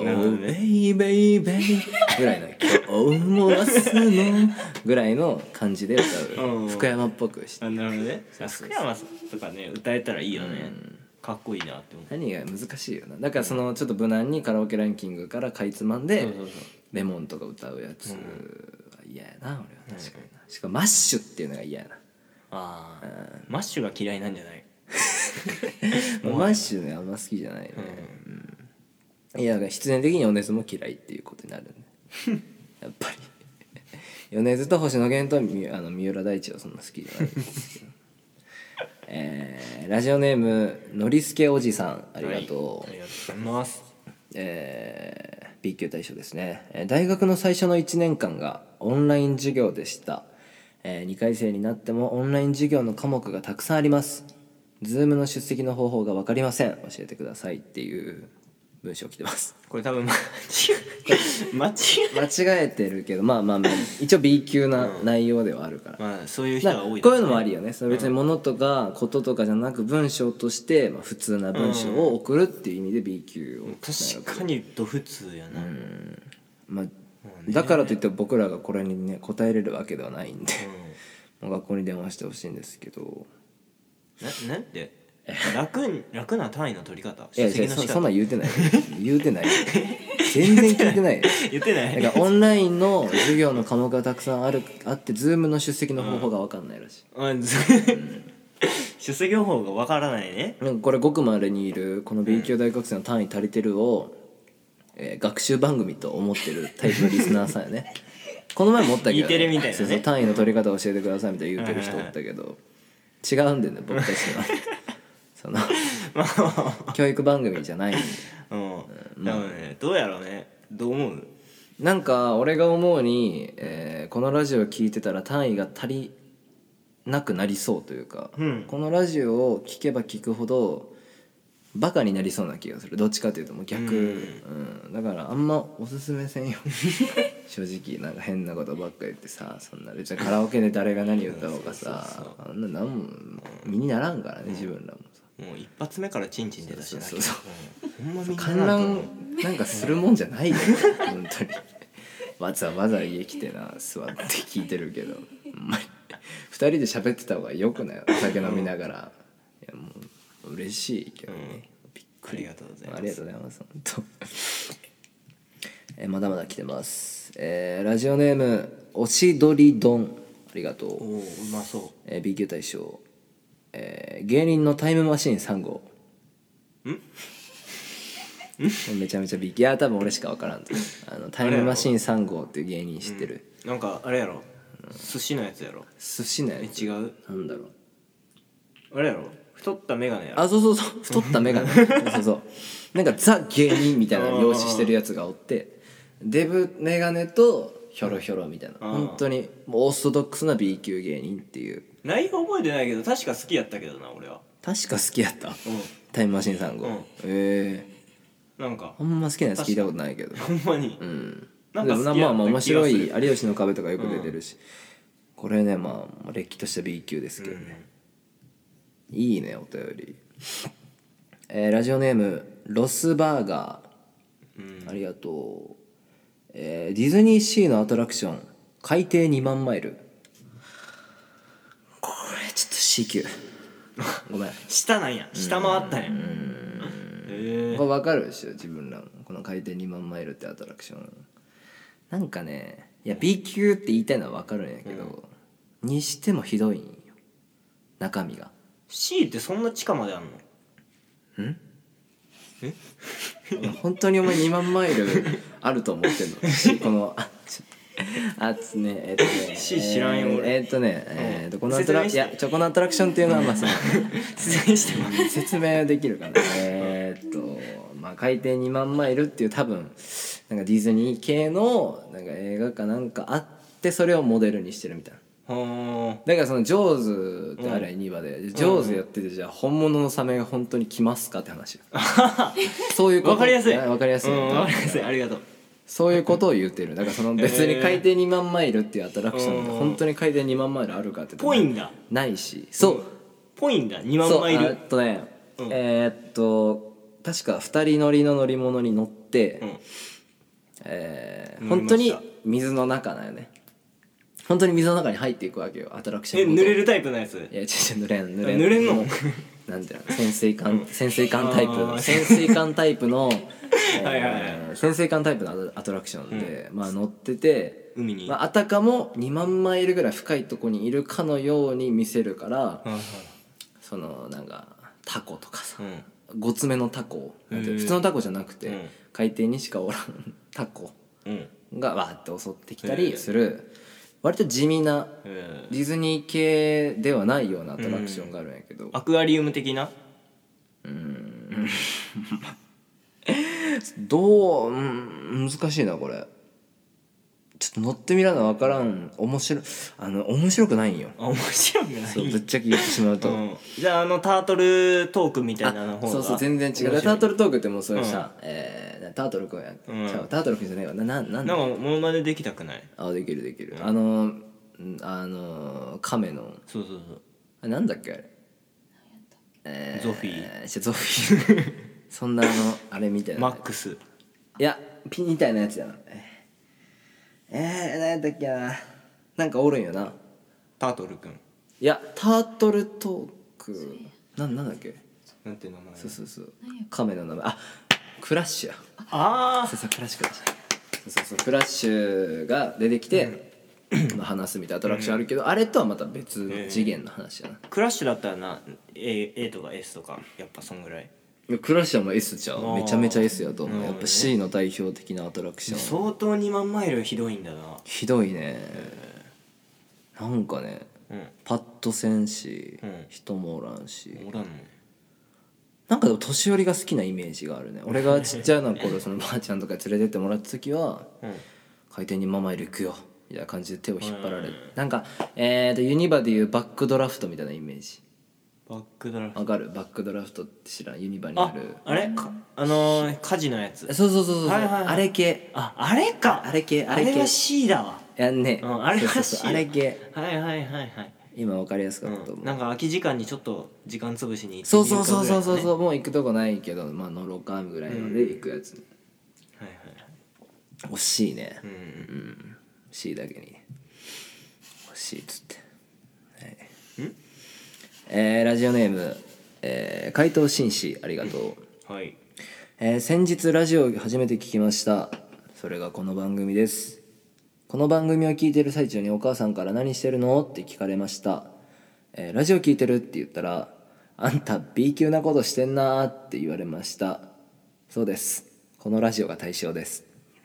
baby baby」ぐらいの「今日も明日の」ぐらいの感じで歌う福山っぽくして。 あなるほどね。福山さんとかね歌えたらいいよね、うん、かっこいいなって思う。 何が難しいよな。だからそのちょっと無難にカラオケランキングからかいつまんでそうそうそうレモンとか歌うやつは嫌やな、うん、俺は確かにな、うん、しかもマッシュっていうのが嫌やな。 ああ、うん、マッシュが嫌いなんじゃないマッシュねあんま好きじゃないね、うんうん、いや必然的に米津も嫌いっていうことになるねやっぱり米津と星野源とみあの三浦大知はそんな好きじゃないんですけどえー、ラジオネームのりすけおじさんありがとう、 はい、ありがとうございます。 えー、ビー級大賞ですね。大学の最初のいちねんかんがオンライン授業でした、えー、にかい生になってもオンライン授業の科目がたくさんあります。Zoom の出席の方法が分かりません、教えてくださいっていう文章来てます。 これ多分間違間違間違えてるけどまあまあまあ一応 B 級な内容ではあるから、 うん、まあそういう人が多い、ね、 こういうのもありよね。その別に物とかこととかじゃなく文章として、まあ、普通な文章を送るっていう意味で B 級を、うん、 確かにド普通やな、 うんまあ、だからといって僕らがこれにね答えれるわけではないんで、うん、もう学校に電話してほしいんですけどななんて楽に楽な単位の取り方いやいや そ, そんなん言うてない言うてない全然聞いてない言ってないだからオンラインの授業の科目がたくさんあるあって Zoom の出席の方法が分かんないらしい、 うんうん、出席方法が分からないね。 これごくまれにいるこの B 級大学生の単位足りてるを、えー、学習番組と思ってるタイプのリスナーさんやねこの前もおったけど、ね、 E テレみたいなねそうそう単位の取り方を教えてくださいみたいな言うてる人おったけど違うんでね僕たちはその教育番組じゃないんで、 うん、うん、でもねどうやろうねどう思う？ なんか俺が思うに、えー、このラジオ聞いてたら単位が足りなくなりそうというか、うん、このラジオを聞けば聞くほどバカになりそうな気がする。どっちかというともう逆、うん、うん、だからあんまおすすめせんよ正直なんか変なことばっか言ってさ、そんな別にカラオケで誰が何歌おうかさ、あんな何も身にならんからね、うん、自分らもさ。 もう一発目からチンチン出たしな。 そうそうそう、 うん、ほんまみんな観覧なんかするもんじゃないよ本当に。わざわざ家来てな座って聞いてるけど、ふたりで喋ってた方がよくない？お酒飲みながら。いやもう嬉しいけどね、うん、びっくり。 ありがとうございます。 ありがとうございます本当。えー、まだまだ来てます、えー、ラジオネームおしどり丼、ありがとう。 おうまそう、 えー、ビーキュー 大賞、えー、芸人のタイムマシーンさん号。んめちゃめちゃ B 級。いや多分俺しか分からんと。あのタイムマシーンさん号っていう芸人知ってる？ うん、なんかあれやろ、寿司のやつやろ。 寿司のやつ？ 違う、 なんだろう、 あれやろ、太ったメガネやろ。 あ、そうそうそう、太ったメガネそうそう、なんかザ芸人みたいな容姿してるやつがおって、デブメガネとヒョロヒョロみたいな、本当にもうオーソドックスな B 級芸人っていう。 内容覚えてないけど確か好きやったけどな俺は。 確か好きやった、うん、タイムマシーンさん号。うん、ええー、 なんかほんま好きなやつ聞いたことないけど。 ほんまに、 うん、 なんか好きやった気がする。 まあまあ面白い有吉の壁とかよく出てるし、うん、これねまあれっきとした B 級ですけどね、うん、いいねお便り。えー、ラジオネームロスバーガー、うん、ありがとう。えー、ディズニーシーのアトラクション海底にまんマイル。これちょっと シー 級ごめん下なんや、下回ったんや。 えー、これ分かるでしょ自分らも。この海底にまんマイルってアトラクションなんかね、いや B 級って言いたいのは分かるんやけど、うん、にしてもひどいんよ中身が。 C ってそんな地下まであんの？ んえ本当にお前にまんマイルあると思ってんの？このあちょあつねえっとね C 知らんよ俺。 えー、っとねえー、っとこのアトラいやちょこのアトラクションっていうのはまあその説明しても説明できるかな。えー、っとまあ海底にまんマイルっていう多分なんかディズニー系のなんか映画かなんかあってそれをモデルにしてるみたいな。はだからそのジョーズってあれにわで、うん、ジョーズやっててじゃあ本物のサメが本当に来ますかって話そういうこと分かりやすい分かりやすい、 うん、分かりやすい、ありがとう。 そういうことを言ってる。だからその別に海底にまんマイルっていうアトラクションが本当に海底にまんマイルあるかってぽいんだないし、そうぽいんだにまんマイル。 えっとね、うん、えー、っと確かふたり乗りの乗り物に乗って、うんえー、本当に水の中だよね。本当に水の中に入っていくわけよアトラクション。 え濡れるタイプのやつ？ いや違う濡れん濡れん濡れんのなんていうの潜水艦、うん、潜水艦タイプの潜水艦タイプのえー、はいはいはい、潜水艦タイプのアトラクションで、うん、まあ乗ってて海に、 まあ、あたかもにまんマイルぐらい深いとこにいるかのように見せるから、はいはい、そのなんかタコとかさ、うん、ごつめのタコなんて普通のタコじゃなくて、うん、海底にしかおらんタコがわーって襲ってきたりする割と地味なディズニー系ではないようなアトラクションがあるんやけど、 アクアリウム的なうーんどう、うん、難しいなこれ。ちょっと乗ってみらな分からん。面白いあの面白くないんよ。 あ面白くない。 そうぶっちゃけ言ってしまうと、うん、 じゃああのタートルトークみたいなの方がそうそう全然違う。タートルトークってもうそういうさ、うんえー、タートルくんや、うん、タートルくんじゃないわなななんなんかモノマネできたくない？ あできるできる、うん、あのあの亀のそうそうそうあなんだっけあれ、えー、 ゾフィーゾフィーそんなあのあれみたいなマックスいやピンみたいなやつやな。えー、何やったっけな、なんかおるんよなタートルくん。 いやタートルトークな、なんだっけなんて名前？ そうそうそう亀の名前あクラッシュや。 ああそうそうクラッシュクラッシュそうそうクラッシュが出てきて、うん、話すみたいなアトラクションあるけど、うん、あれとはまた別次元の話やな、 えー、クラッシュだったらな A, A とか S とかやっぱそんぐらい。 クラッシュはもう S ちゃうめちゃめちゃ S やと思う、やっぱ C の代表的なアトラクション。 相当にまんマイルひどいんだな。 ひどいね、なんかね、うん、パッとせんし、うん、人もおらんしおらんの。 なんかでも年寄りが好きなイメージがあるね。俺がちっちゃいの頃そのばあちゃんとか連れてってもらった時は、うん、海底にまんマイル行くよみたいな感じで手を引っ張られる、うん、なんか、えー、とユニバでいうバックドラフトみたいなイメージ。 バックドラフトわかる？バックドラフトって知らん？ユニバにある。 ああれかあのー、火事のやつ。 そうそうそうそう、 はいはいはい、 あれ系。 ああれかあれ系あれ系。 あれは C だわ。 やんね、 うん、あれは C そうそうそうあれ系。 はいはいはいはい今わかりやすかったと思う、 うん、なんか空き時間にちょっと時間潰しに行ってそうみるかぐらいのね。 そうそうそうそうそう、もう行くとこないけどまあ乗ろうかぐらいので行くやつ、ね、 うん、はいはいはい惜しいね、 うん、 うん、C だけに惜しいっつって、はい、んえー、ラジオネーム、えー、怪盗紳士ありがとう、はい、 えー、先日ラジオを初めて聞きました。それがこの番組です。この番組を聞いてる最中にお母さんから何してるのって聞かれました、えー、ラジオ聞いてるって言ったらあんた B 級なことしてんなって言われました。そうです、このラジオが対象です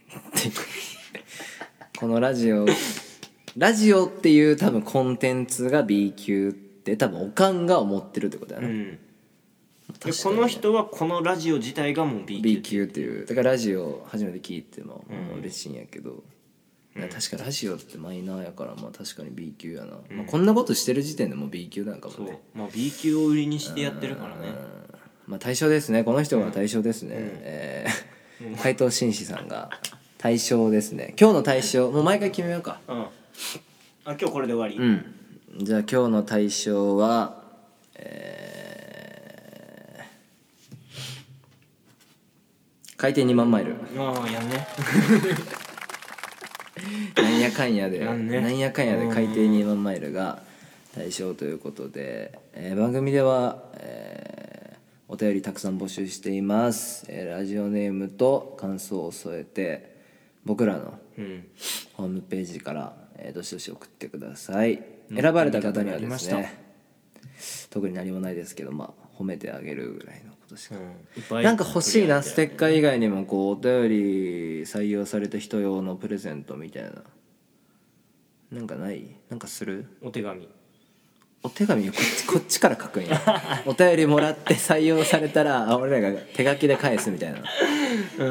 このラジオラジオっていう多分コンテンツが B 級って多分おかんが思ってるってことやな、うん、 でこの人はこのラジオ自体がもう B 級 B 級っていうだからラジオ初めて聞いても、うん、もう嬉しいんやけど、うん、確かラジオってマイナーやからまあ確かに B 級やな、うんまあ、こんなことしてる時点でもう B 級なんかもね。 そう、まあ、B 級を売りにしてやってるからね。 まあ対象ですね、この人が対象ですね、うんえー、怪盗紳士さんが対象ですね。今日の対象もう毎回決めようか、うん、あ今日これで終わり、 うん、じゃあ今日の対象はえー、海底にまんマイル。 ああやんねなんやかんやでやん、ね、 なんやかんやで海底にまんマイルが対象ということで、えー、番組では、えー、お便りたくさん募集しています、えー、ラジオネームと感想を添えて僕らのホームページから、えー、どしどし送ってください、うん、選ばれた方にはですね特に何もないですけど、まあ、褒めてあげるぐらいのことしか、うん、なんか欲しいな。ステッカー以外にもこうお便り採用された人用のプレゼントみたいななんかない？なんかする？ お手紙お手紙をこっち、こっちから書くんやお便りもらって採用されたら俺らが手書きで返すみたいな、うん、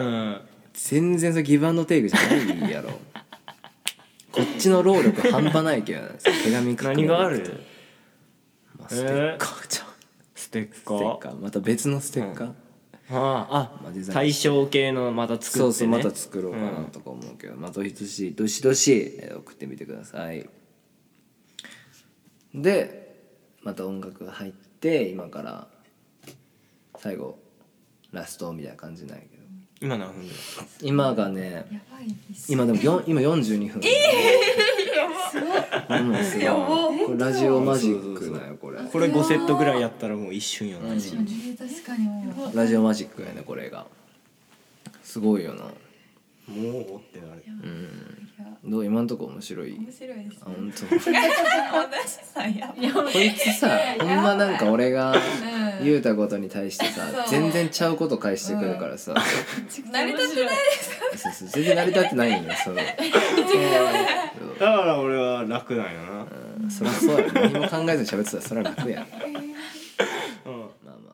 全然それギブアンドテイクじゃないやろこっちの労力半端ないけど手紙書くの何がある？ まあ、ステッカーじゃん、 えー、ステッカー、 ステッカーまた別のステッカー、うんああ、まあ、対象系のまた作ってね。 そうそうまた作ろうかなとか思うけど、うん、まあどしどしどしどし送ってみてください。でまた音楽が入って今から最後ラストみたいな感じなんやけど今何分ぐらい？ 今がね今でもよん今よんじゅうにふん。えーすごい。これラジオマジックだよこれ。 これごセットぐらいやったらもう一瞬よな、うん、 確かにもうラジオマジックやねこれが。すごいよな。もうってなる。 うん。どう今のとこ面白い？ 面白いです、ね。 あ本当。 こいつさほんまなんか俺が言うたことに対してさ全然ちゃうこと返してくるからさ。 成り立ってないですか？ そうそう全然成り立ってないんよそれ。 だから俺は楽なんよな、 うん、そりゃそうや何も考えずに喋ってたらそりゃ楽やん、うん、まあまあまあ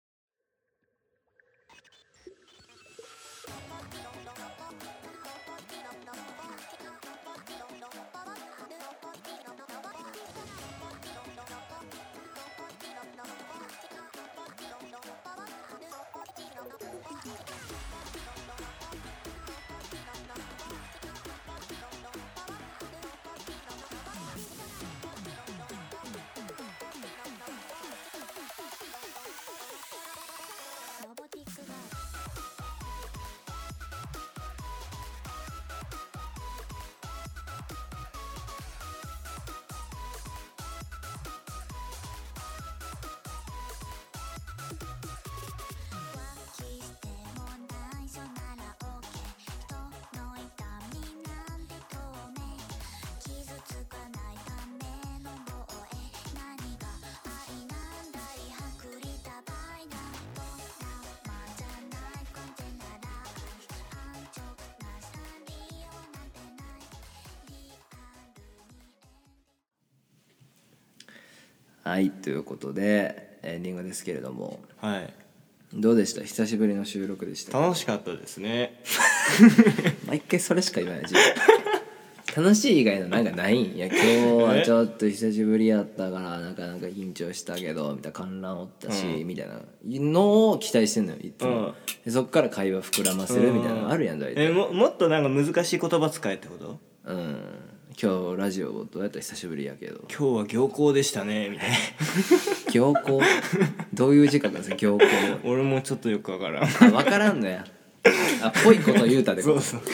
はいということでエンディングですけれども、 はい、 どうでした？久しぶりの収録でした。 楽しかったですね毎回それしか言わない自分楽しい以外のなんかないんいや今日はちょっと久しぶりやったからなかなか緊張したけどみたいな観覧おったし、うん、みたいなのを期待してんのよいつも、うん、でそっから会話膨らませるみたいなのあるやん大体、 え も, もっとなんか難しい言葉使えってこと？ うん今日ラジオどうやったら久しぶりやけど今日は行幸でしたねみたいな行幸どういう字書くんですか行幸俺もちょっとよくわからんあ分からんのやあぽいこと言うたでそうそう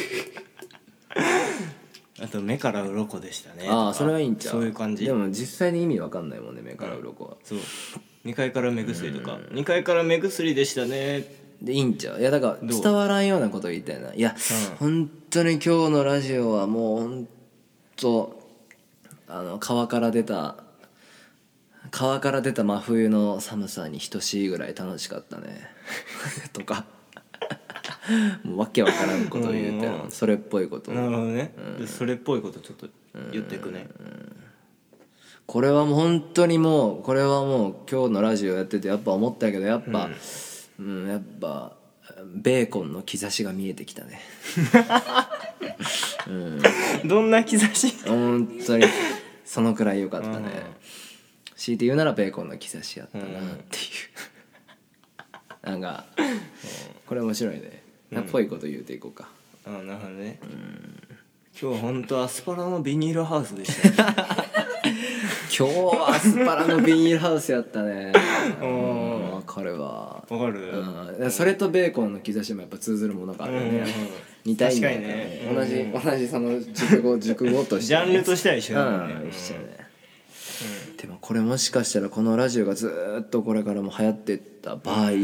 あと目から鱗でしたねああそれはいいんちゃうそういう感じでも実際に意味わかんないもんね目から鱗は、うん、 そうにかいから目薬とかにかいから目薬でしたねでいいんちゃういやだから伝わらんようなこと言いたいないや、うん、本当に今日のラジオはもう本当あの川から出た川から出た真冬の寒さに等しいぐらい楽しかったねとかもうわけわからんことを言うてるのそれっぽいことなるほどね、うん、でそれっぽいことちょっと言っていくね、うんうん、 これはもう本当にもうこれはもう今日のラジオやっててやっぱ思ったけどやっぱ、うんうん、やっぱベーコンの兆しが見えてきたね、 うん、どんな兆し本当にそのくらい良かったね、うん、強いて言うならベーコンの兆しやったなっていう、うん、なんか、うん、これ面白いねっぽいこと言うていこうか、 うん、ああなるほどね、うん、今日本当アスパラのビニールハウスでしたね今日はアスパラのビニールハウスやったねうん分かるわ分かる、 うん、それとベーコンの兆しもやっぱ通ずるものがあるよね、うんうん、似たいんだよね同じ、うん、同じその熟語熟語として、 ね、ジャンルとしては一緒だもんね、 うん、一緒ね、うん、でもこれもしかしたらこのラジオがずっとこれからも流行ってった場合、うん、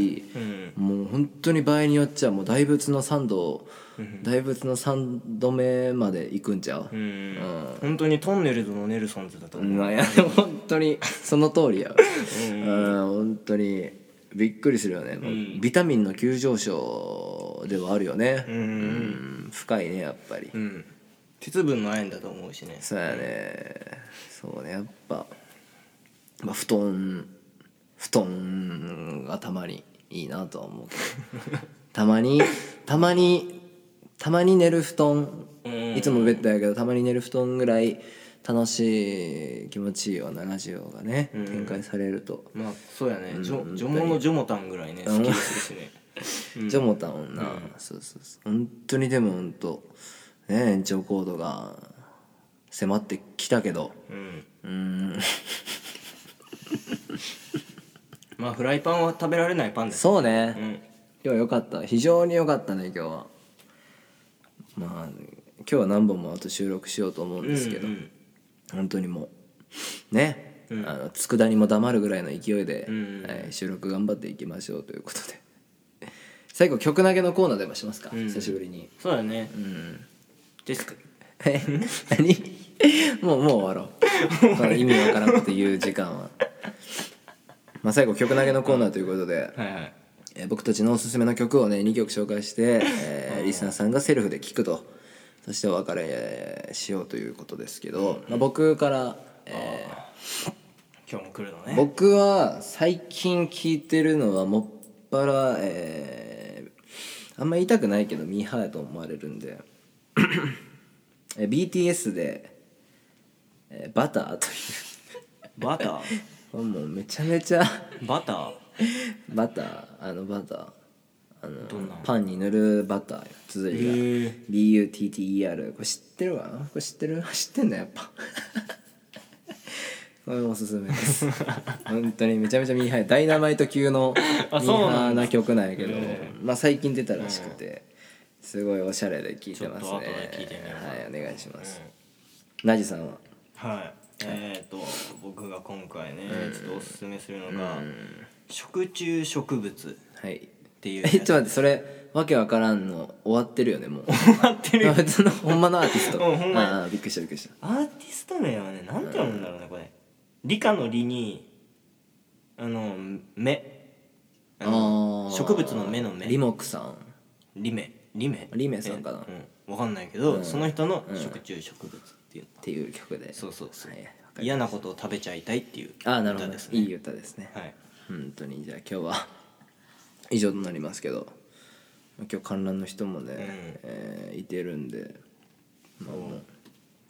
もう本当に場合によっちゃもう大仏の参道、うん、大仏の三度目まで行くんちゃう、うんうん、 本当にトンネルズのネルソンズだと思う、 うん、いやでも本当にその通りやうん、うん、本当にびっくりするよね、うん、ビタミンの急上昇ではあるよね、うんうん、深いねやっぱり、うん、 鉄分の亜鉛だと思うしねそうやねそうねやっぱ、まあ、布団布団がたまにいいなとは思うけどたまにたまにたまに寝る布団いつもベッドやけどたまに寝る布団ぐらい楽しい気持ちいいようなラジオがね、うん、展開されるとまあそうやね、うん、ジョジョモのジョモタンぐらいね好きでするしね、 うん、ジョモタンな、うん、そうそうそう本当にでも本当ね延長コードが迫ってきたけどうんうんまあフライパンは食べられないパンですそうね、うん、今日は良かった非常に良かったね今日はまあ今日は何本もあと収録しようと思うんですけど、うんうん、本当にもうね、うん、あの佃煮も黙るぐらいの勢いで、うんうんはい、収録頑張っていきましょうということで最後曲投げのコーナーでもしますか、うん、久しぶりにそうだね、うん、ですかえ何もうもう終わろうその意味わからんこと言う時間はまあ最後曲投げのコーナーということで、はいはいえー、僕たちのおすすめの曲をねにきょく紹介して、えー、リスナーさんがセルフで聴くとそしてお別れしようということですけど、まあ、僕から、えー、今日も来るのね僕は最近聴いてるのはもっぱら、えー、あんま言いたくないけどミーハーやと思われるんでえ ビーティーエス で、えー、バターというバターもうめちゃめちゃバターバターあのバターあのパンに塗るバター綴りが ビーユーティーティーイーアール これ知ってるわこれ知ってる知ってんだやっぱこれおすすめです本当にめちゃめちゃミーハーダイナマイト級のミーハーな曲なんやけどまあ最近出たらしくてすごいおしゃれで聴いてますね。はいお願いします、うん、ナジさんははいえーと僕が今回ね、うん、ちょっとおすすめするのが、うん、食虫植物はいっていうえちょっと待ってそれわけわからんの終わってるよねもう終わってるよ別のほんまのアーティストうんほんまああびっくりしたびっくりしたアーティスト名はねなんて読むんだろうねこれ理科の理にあの目あのあ植物の目の目リモクさんリメリメリメさんかな、 うん、わかんないけど、うん、その人の食虫植物っていう、 うん、っていう曲でそうそうそう、はい、嫌なことを食べちゃいたいっていう歌ですね。あなるほどいい歌ですねはい本当にじゃあ今日は以上となりますけど今日観覧の人もね、うんえー、いてるんで、まあ、もう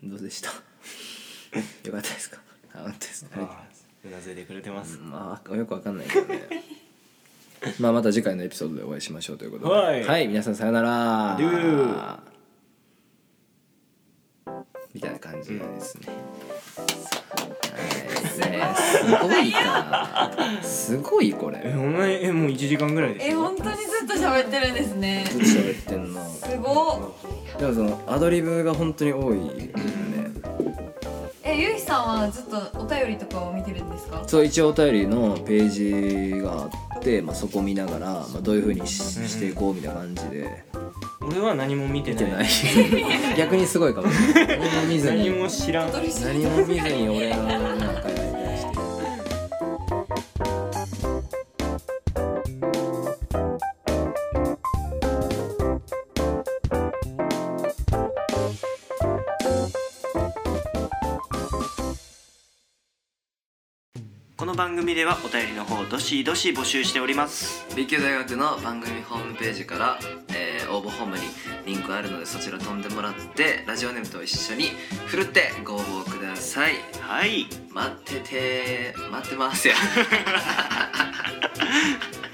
どうでしたよかったですか？あ、本当ですね。 うなずいてくれてます、 うん、まあよくわかんないけどねまあまた次回のエピソードでお会いしましょうということで、 はい、 はい、皆さんさよならみたいな感じですね、うん、はい、ね、すごいかすごいこれえ、お前えもういちじかんぐらいですえ、本当にずっと喋ってるんですね。 ずっと喋ってんな。 すごっ。でもそのアドリブが本当に多いよね、 え、ゆうひさんはずっとお便りとかを見てるんですか？ そう、一応お便りのページがあって、まあ、そこ見ながら、まあ、どういう風に し, していこうみたいな感じで。 俺は何も見てない。 見てない逆にすごいかも。何も見ずに。 何も知らん。 何も見ずに俺のなんかやりたいして。 この番組ではお便りの方どしどし募集しております。 B 級大学の番組ホームページから、えー、応募フォームにリンクあるのでそちら飛んでもらってラジオネームと一緒にふるってご応募ください。 はい、 待ってて待ってますよ